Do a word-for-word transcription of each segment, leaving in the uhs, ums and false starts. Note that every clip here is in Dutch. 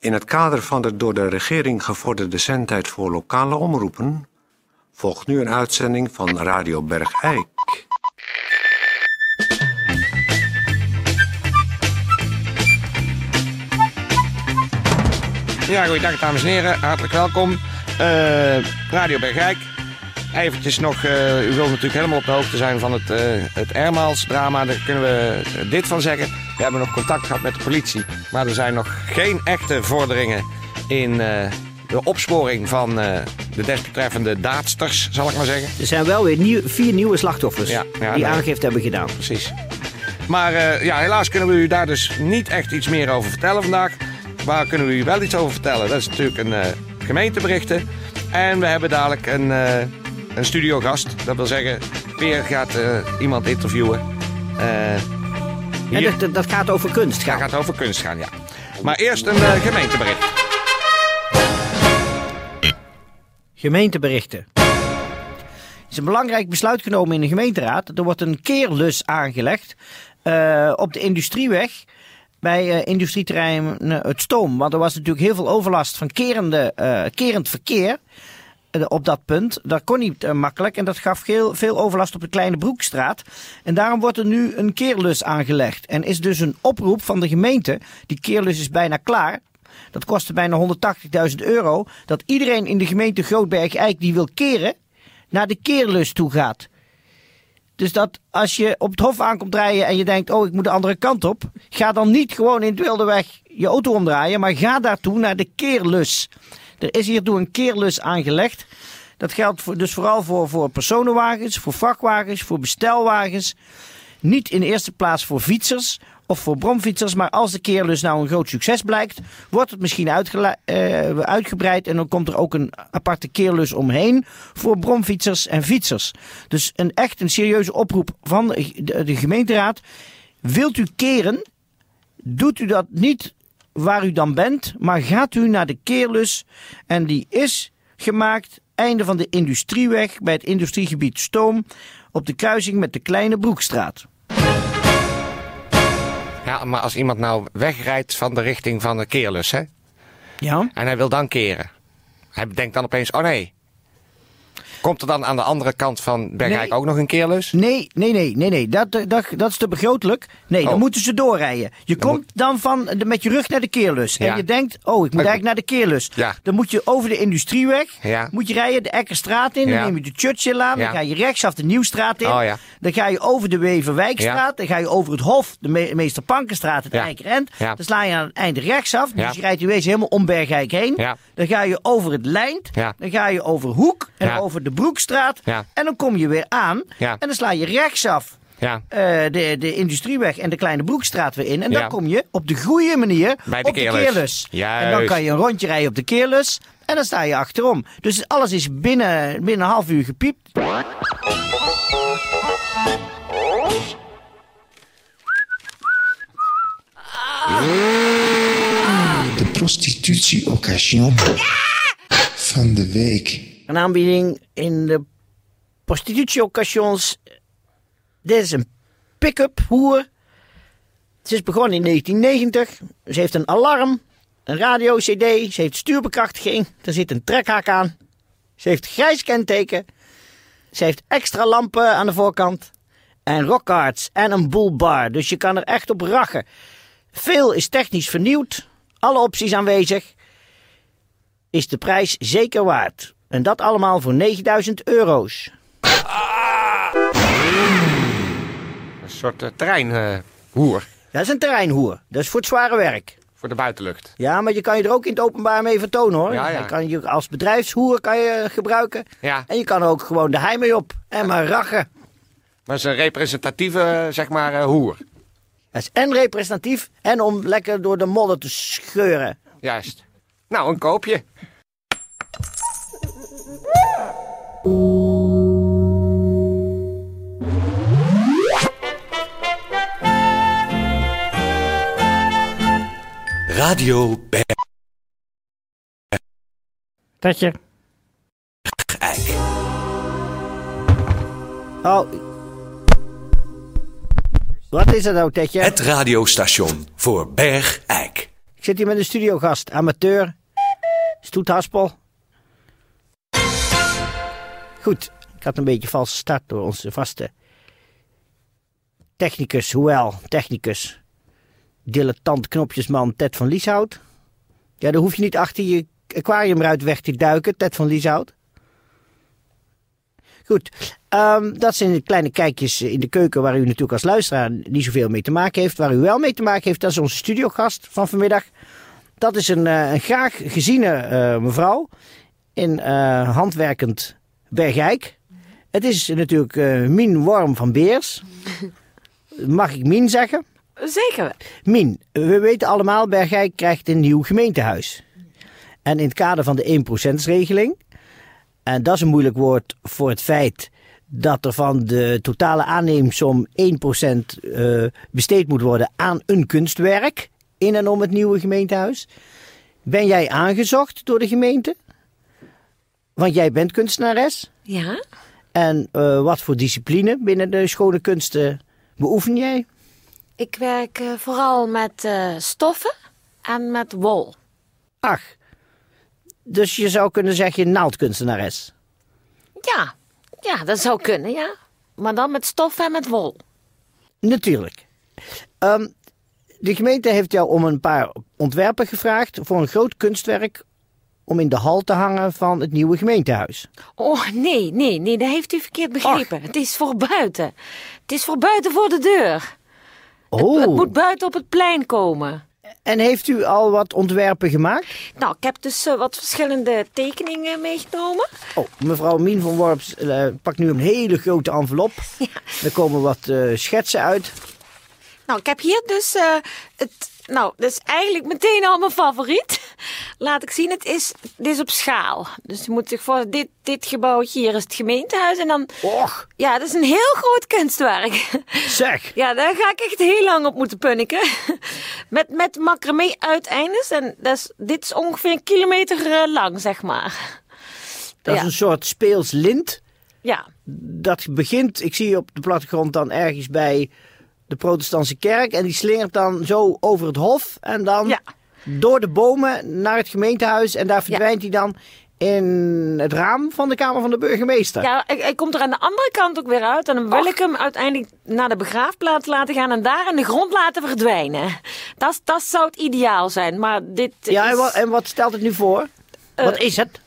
In het kader van de door de regering gevorderde zendtijd voor lokale omroepen volgt nu een uitzending van Radio Bergijk. Ja, goeiedag dames en heren, hartelijk welkom. Uh, Radio Bergijk. Eventjes nog, uh, u wilt natuurlijk helemaal op de hoogte zijn van het, uh, het Airmiles-drama. Daar kunnen we dit van zeggen. We hebben nog contact gehad met de politie. Maar er zijn nog geen echte vorderingen in uh, de opsporing van uh, de desbetreffende daadsters, zal ik maar zeggen. Er zijn wel weer nieuw, vier nieuwe slachtoffers ja, ja, die nee. aangifte hebben gedaan. Precies. Maar uh, ja, helaas kunnen we u daar dus niet echt iets meer over vertellen vandaag. Waar kunnen we u wel iets over vertellen? Dat is natuurlijk een uh, gemeenteberichten. En we hebben dadelijk een, uh, een studiogast. Dat wil zeggen, Peer gaat uh, iemand interviewen. Uh, en dat, dat gaat over kunst gaan? Dat gaat over kunst gaan, ja. Maar eerst een uh, gemeentebericht. Gemeenteberichten. Er is een belangrijk besluit genomen in de gemeenteraad. Er wordt een keerlus aangelegd uh, op de Industrieweg bij uh, industrieterrein uh, Het Stoom. Want er was natuurlijk heel veel overlast van kerende, uh, kerend verkeer uh, op dat punt. Dat kon niet uh, makkelijk en dat gaf heel veel overlast op de Kleine Broekstraat. En daarom wordt er nu een keerlus aangelegd. En is dus een oproep van de gemeente. Die keerlus is bijna klaar. Dat kostte bijna honderdtachtigduizend euro. Dat iedereen in de gemeente Grootberg-Eik die wil keren, naar de keerlus toe gaat. Dus dat als je op het Hof aankomt rijden en je denkt, oh, ik moet de andere kant op. Ga dan niet gewoon in het wilde weg je auto omdraaien, maar ga daartoe naar de keerlus. Er is hiertoe een keerlus aangelegd. Dat geldt voor, dus vooral voor, voor personenwagens, voor vrachtwagens, voor bestelwagens. Niet in de eerste plaats voor fietsers of voor bromfietsers, maar als de keerlus nou een groot succes blijkt, wordt het misschien uitgele- uh, uitgebreid en dan komt er ook een aparte keerlus omheen voor bromfietsers en fietsers. Dus een echt een serieuze oproep van de, de gemeenteraad. Wilt u keren, doet u dat niet waar u dan bent, maar gaat u naar de keerlus en die is gemaakt einde van de Industrieweg bij het industriegebied Stoom op de kruising met de Kleine Broekstraat. Ja, maar als iemand nou wegrijdt van de richting van de keerlus, hè? Ja. En hij wil dan keren. Hij denkt dan opeens, oh nee. Komt er dan aan de andere kant van Bergijk nee. ook nog een keerlus? Nee, nee, nee, nee, nee. Dat, dat, dat is te begrotelijk. Nee, oh. dan moeten ze doorrijden. Je dan komt moet... dan van, de, met je rug naar de keerlus. Ja. En je denkt, oh, ik moet eigenlijk naar de keerlus. Ja. Dan moet je over de Industrieweg, ja. moet je rijden de Ekkerstraat in. Dan ja. neem je de Churchillaan, ja. dan ga je rechtsaf de Nieuwstraat in. Oh, ja. Dan ga je over de Weverwijkstraat. Ja. Dan ga je over het Hof, de Me- Meester Pankenstraat, het ja. Eikerend. Ja. Dan sla je aan het einde rechtsaf. Dus ja. je rijdt in wezen helemaal om Bergijk heen. Ja. Dan ga je over het Lijnd. Ja. Dan ga je over Hoek en ja. over de Broekstraat. Ja. En dan kom je weer aan. Ja. En dan sla je rechtsaf ja. uh, de, de Industrieweg en de Kleine Broekstraat weer in. En dan ja. kom je op de goede manier Bij de op keerlus. de keerlus. En dan kan je een rondje rijden op de keerlus. En dan sta je achterom. Dus alles is binnen, binnen een half uur gepiept. De prostitutie-occasion van de week. Een aanbieding in de prostitutie-occasions. Dit is een pick-up hoer. Ze is begonnen in negentien negentig. Ze heeft een alarm, een radio-cd, ze heeft stuurbekrachtiging. Er zit een trekhaak aan. Ze heeft grijs kenteken. Ze heeft extra lampen aan de voorkant. En rockhards en een boel bar. Dus je kan er echt op rachen. Veel is technisch vernieuwd. Alle opties aanwezig. Is de prijs zeker waard. En dat allemaal voor negenduizend euro's. Ah! Een soort uh, terreinhoer. Uh, dat is een terreinhoer. Dat is voor het zware werk. Voor de buitenlucht. Ja, maar je kan je er ook in het openbaar mee vertonen, hoor. Ja, ja. Je kan je als bedrijfshoer kan je gebruiken. Ja. En je kan er ook gewoon de hei mee op. En maar rachen. Maar het is een representatieve, zeg maar, uh, hoer. Dat is en representatief en om lekker door de modder te scheuren. Juist. Nou, een koopje. Radio Bergijk. Tetje. Oh. Wat is er nou, Tetje? Het radiostation voor Bergijk. Ik zit hier met een studiogast, amateur, stoethaspel. Goed, ik had een beetje valse start door onze vaste technicus, hoewel technicus, dilettant knopjesman Ted van Lieshout. Ja, dan hoef je niet achter je aquariumruit weg te duiken, Ted van Lieshout. Goed, um, dat zijn de kleine kijkjes in de keuken waar u natuurlijk als luisteraar niet zoveel mee te maken heeft. Waar u wel mee te maken heeft, dat is onze studiogast van vanmiddag. Dat is een, uh, een graag geziene uh, mevrouw in uh, handwerkend Bergijk. Het is natuurlijk uh, Mien Worm van Beers. Mag ik Mien zeggen? Zeker. Mien, we weten allemaal, Bergijk krijgt een nieuw gemeentehuis. En in het kader van de één procent regeling... En dat is een moeilijk woord voor het feit dat er van de totale aanneemsom één procent uh, besteed moet worden aan een kunstwerk in en om het nieuwe gemeentehuis. Ben jij aangezocht door de gemeente? Want jij bent kunstenares. Ja. En uh, wat voor discipline binnen de schone kunsten beoefen jij? Ik werk uh, vooral met uh, stoffen en met wol. Ach. Dus je zou kunnen zeggen naaldkunstenares. Ja, ja, dat zou kunnen, ja. Maar dan met stof en met wol. Natuurlijk. Um, de gemeente heeft jou om een paar ontwerpen gevraagd voor een groot kunstwerk om in de hal te hangen van het nieuwe gemeentehuis. Oh, nee, nee, nee, dat heeft u verkeerd begrepen. Och. Het is voor buiten. Het is voor buiten voor de deur. Oh. Het, het moet buiten op het plein komen. En heeft u al wat ontwerpen gemaakt? Nou, ik heb dus uh, wat verschillende tekeningen meegenomen. Oh, mevrouw Mien van Worps uh, pakt nu een hele grote envelop. Ja. Er komen wat uh, schetsen uit. Nou, ik heb hier dus uh, het... Nou, dat is eigenlijk meteen al mijn favoriet. Laat ik zien, het is, het is op schaal. Dus je moet zich voor dit, dit gebouwtje hier is het gemeentehuis. En dan... Och! Ja, dat is een heel groot kunstwerk. Zeg! Ja, daar ga ik echt heel lang op moeten punniken. Met, met macramé uiteindes. En dat is, dit is ongeveer een kilometer uh, lang, zeg maar. Dat ja. is een soort speels lint. Ja. Dat begint, ik zie op de plattegrond dan ergens bij de protestantse kerk. En die slingert dan zo over het hof. En dan ja. door de bomen naar het gemeentehuis. En daar verdwijnt ja. hij dan in het raam van de kamer van de burgemeester. Ja, hij, hij komt er aan de andere kant ook weer uit. En dan wil Och. ik hem uiteindelijk naar de begraafplaats laten gaan. En daar in de grond laten verdwijnen. Dat, dat zou het ideaal zijn. Maar dit ja, is... en, wat, en wat stelt het nu voor? Uh, wat is het?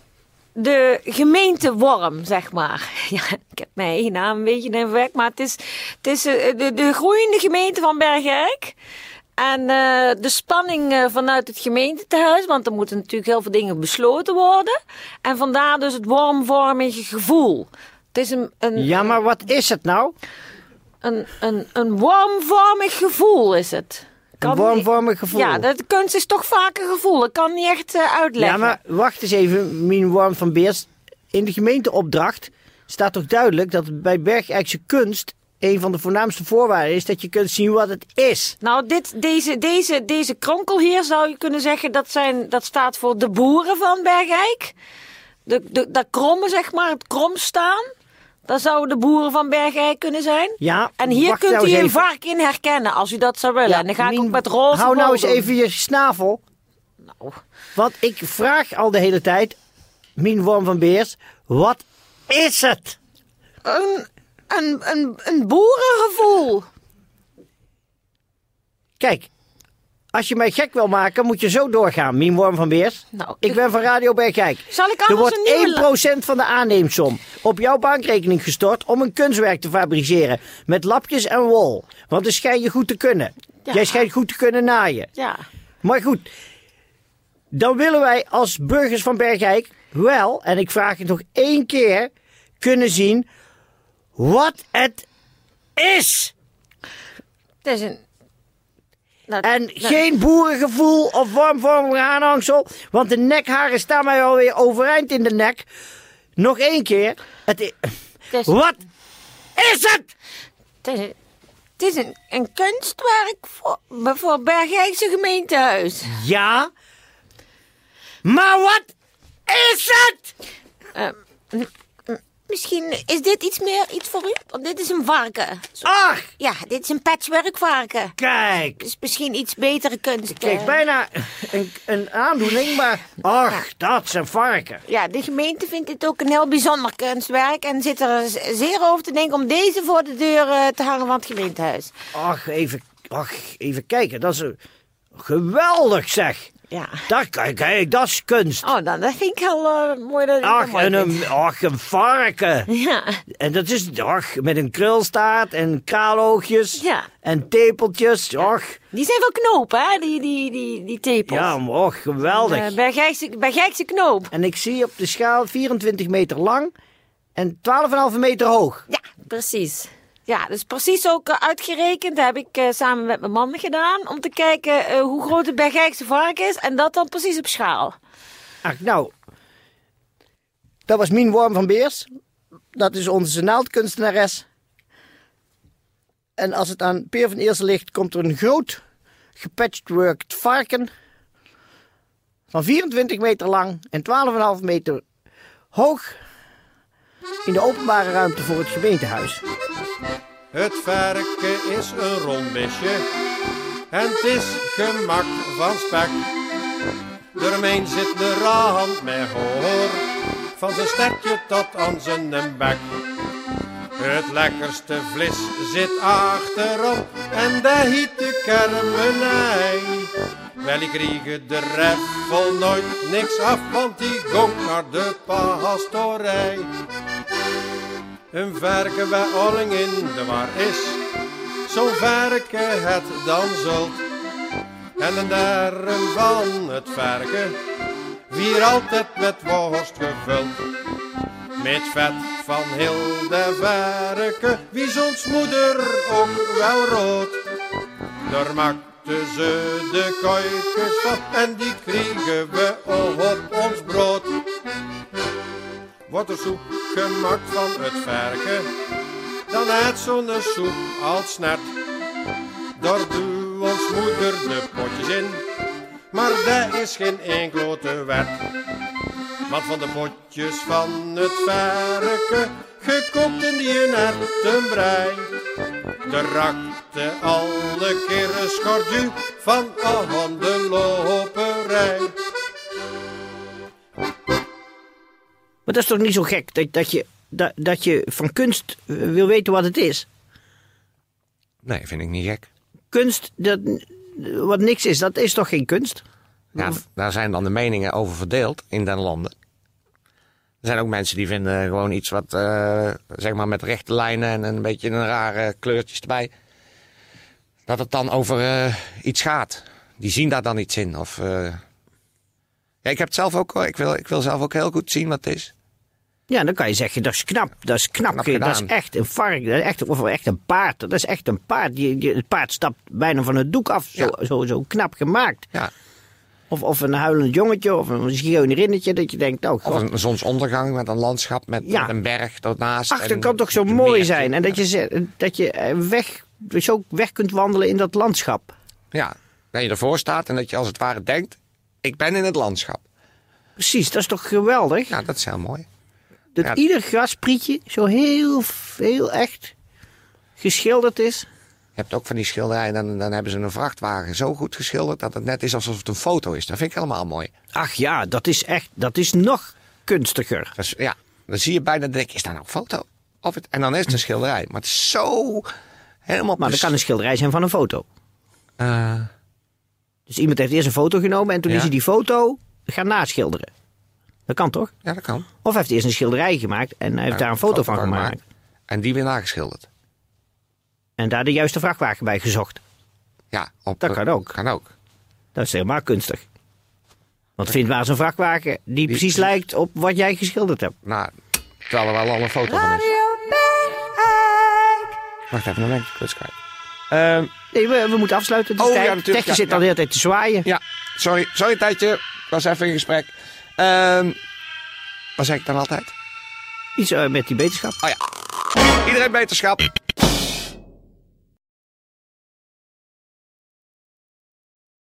De gemeenteworm, zeg maar. Ja, ik heb mijn eigen naam een beetje in werk, maar het is, het is de, de groeiende gemeente van Bergijk. En uh, de spanning uh, vanuit het gemeentehuis, want er moeten natuurlijk heel veel dingen besloten worden. En vandaar dus het wormvormige gevoel. Het is een, een, ja, maar wat is het nou? Een, een, een wormvormig gevoel is het. Kan een wormvormig gevoel? Ja, de kunst is toch vaak een gevoel. Ik kan niet echt uh, uitleggen. Ja, maar wacht eens even, Mien Worm van Beers. In de gemeenteopdracht staat toch duidelijk dat bij Bergijkse kunst een van de voornaamste voorwaarden is dat je kunt zien wat het is. Nou, dit, deze, deze, deze kronkel hier zou je kunnen zeggen, dat, zijn, dat staat voor de boeren van Bergijk. De, de, dat kromme, zeg maar, het krom staan. Dat zouden de boeren van Bergijk kunnen zijn. Ja, en hier kunt nou u een even... vark in herkennen als u dat zou willen. Ja, en dan ga Mien, ik ook met roze hou nou eens doen. even je snavel. Nou. Want ik vraag al de hele tijd, Mien Worm van Beers, wat is het? Een, een, een, een boerengevoel. Kijk, als je mij gek wil maken, moet je zo doorgaan, Mien Worm van Beers. Nou, ik ben van Radio Bergijk. Zal ik er wordt een nieuwe... één procent van de aanneemsom op jouw bankrekening gestort om een kunstwerk te fabriceren. Met lapjes en wol. Want dat schijn je goed te kunnen. Ja. Jij schijnt goed te kunnen naaien. Ja. Maar goed, dan willen wij als burgers van Bergijk wel, en ik vraag het nog één keer, kunnen zien wat het is. Het is een... Nou, en nou, geen boerengevoel of wormvormig aanhangsel, want de nekharen staan mij alweer overeind in de nek. Nog één keer. Het is, is, wat is het? Het is, het is een, een kunstwerk voor, voor Bergijkse gemeentehuis. Ja, maar wat is het? Uh, misschien is dit iets meer iets voor u? Want dit is een varken. Zo- Ach, Ja, dit is een patchworkvarken. kijk. Dus misschien iets betere kunst. Kijk, eh. bijna een, een aandoening, maar... Ach, dat is een varken. Ja, de gemeente vindt dit ook een heel bijzonder kunstwerk. En zit er z- zeer over te denken om deze voor de deur eh, te hangen van het gemeentehuis. Ach, even, ach, even kijken. Dat is een, geweldig, zeg. Ja. Daar, kijk, kijk, dat is kunst. Oh, dan, dat vind ik heel eh, mooi dat ik dat Ach, mooi en vind. een, ach, een varken. Ja, En dat is, ach, met een krulstaart en kraaloogjes. Ja. En tepeltjes, ach. die zijn van knoop, hè, die, die, die, die tepels. Ja, maar ach, geweldig. Eh, Bergijkse, Bergijkse knoop. En ik zie op de schaal vierentwintig meter lang en twaalf komma vijf meter hoog. Ja, precies. Ja, dus precies ook eh, uitgerekend. Dat heb ik eh, samen met mijn man gedaan. Om te kijken eh, hoe groot het Bergijkse varken is. En dat dan precies op schaal. Ach, nou. Dat was Mien Worm van Beers. Dat is onze naaldkunstenares. En als het aan Peer van Eersel ligt, komt er een groot gepatchworked varken. Van vierentwintig meter lang en twaalf komma vijf meter hoog. In de openbare ruimte voor het gemeentehuis. Het varken is een rond besje en het is gemaakt van spek. Eromheen zit de rand met hoor, van zijn stertje tot aan zijn bek. Het lekkerste vlees zit achterom en daar hiet de kermenij. Wel, ik kreeg de reffel nooit niks af, want die gong naar de pastorij. Een varken waar alling in de war is, zo'n varken het dan zult. En een darm van het varken, wier altijd met worst gevuld. Met vet van heel de varken, wie zo'n moeder ook wel rood. Daar maakten ze de kuikens van en die kregen we op ons brood. Wordt er soep gemaakt van het varken, dan heeft zo'n soep als snert. Daar doet ons moeder de potjes in, maar dat is geen enkele wet. Want van de potjes van het varken, gekookt in die erwtenbrei, de rakte alle keren schordu van aan de loperij. Maar dat is toch niet zo gek dat, dat, je, dat, dat je van kunst eh, wil weten wat het is? Nee, vind ik niet gek. Kunst, dat, wat niks is, dat is toch geen kunst? Ja, daar zijn dan de meningen over verdeeld in den landen. Er zijn ook mensen die vinden gewoon iets wat, uh, zeg maar met rechte lijnen en een beetje een rare kleurtjes erbij. Dat het dan over uh, iets gaat. Die zien daar dan iets in. Of, uh... ja, ik heb het zelf ook hoor. Ik wil, ik wil zelf ook heel goed zien wat het is. Ja, dan kan je zeggen, dat is knap. Dat is knap. Knap dat is gedaan. echt een varken. Dat is echt, of echt een paard. Dat is echt een paard. Die, die, het paard stapt bijna van het doek af. Zo, Ja. zo, zo knap gemaakt. Ja. Of, of een huilend jongetje. Of een zigeunerrinnetje. Dat je denkt, oh Of god. een zonsondergang met een landschap met, Ja. met een berg ernaast. Ach, dat en kan toch zo een mooi meertje. zijn. En dat je, ze- dat je eh, weg, dus ook weg kunt wandelen in dat landschap. Ja, dat je ervoor staat en dat je als het ware denkt, ik ben in het landschap. Precies, dat is toch geweldig? Ja, dat is heel mooi. Dat Ja. ieder grasprietje zo heel, heel echt geschilderd is. Je hebt ook van die schilderijen, dan, dan hebben ze een vrachtwagen zo goed geschilderd dat het net is alsof het een foto is. Dat vind ik helemaal mooi. Ach ja, dat is echt, dat is nog kunstiger. Dus, ja, dan zie je bijna, dan denk je, is daar nou een foto? Of het, en dan is het een schilderij. Maar het is zo helemaal... Maar dat kan een schilderij zijn van een foto. Uh, Dus iemand heeft eerst een foto genomen en toen Ja. is hij die foto gaan naschilderen. Dat kan toch? ja, dat kan. Of hij heeft eerst een schilderij gemaakt en hij heeft Ja, daar een foto van gemaakt. En die weer nageschilderd. En daar de juiste vrachtwagen bij gezocht. Ja, op, Dat kan ook. Kan ook. Dat is helemaal kunstig. Want vind maar eens een vrachtwagen die precies lijkt op wat jij geschilderd hebt. Nou, terwijl er wel al een foto van is. Wacht even, dan ben ik de kluts kwijt. Ehm, Nee, we, we moeten afsluiten. Dus Oh, ja, tijd. natuurlijk, Tetje ja, zit ja. al de hele tijd te zwaaien. ja, sorry. Sorry, Tijdje. Ik was even in gesprek. Ehm wat zeg ik dan altijd? Iets eh, met die beterschap. Oh ja. Iedereen beterschap.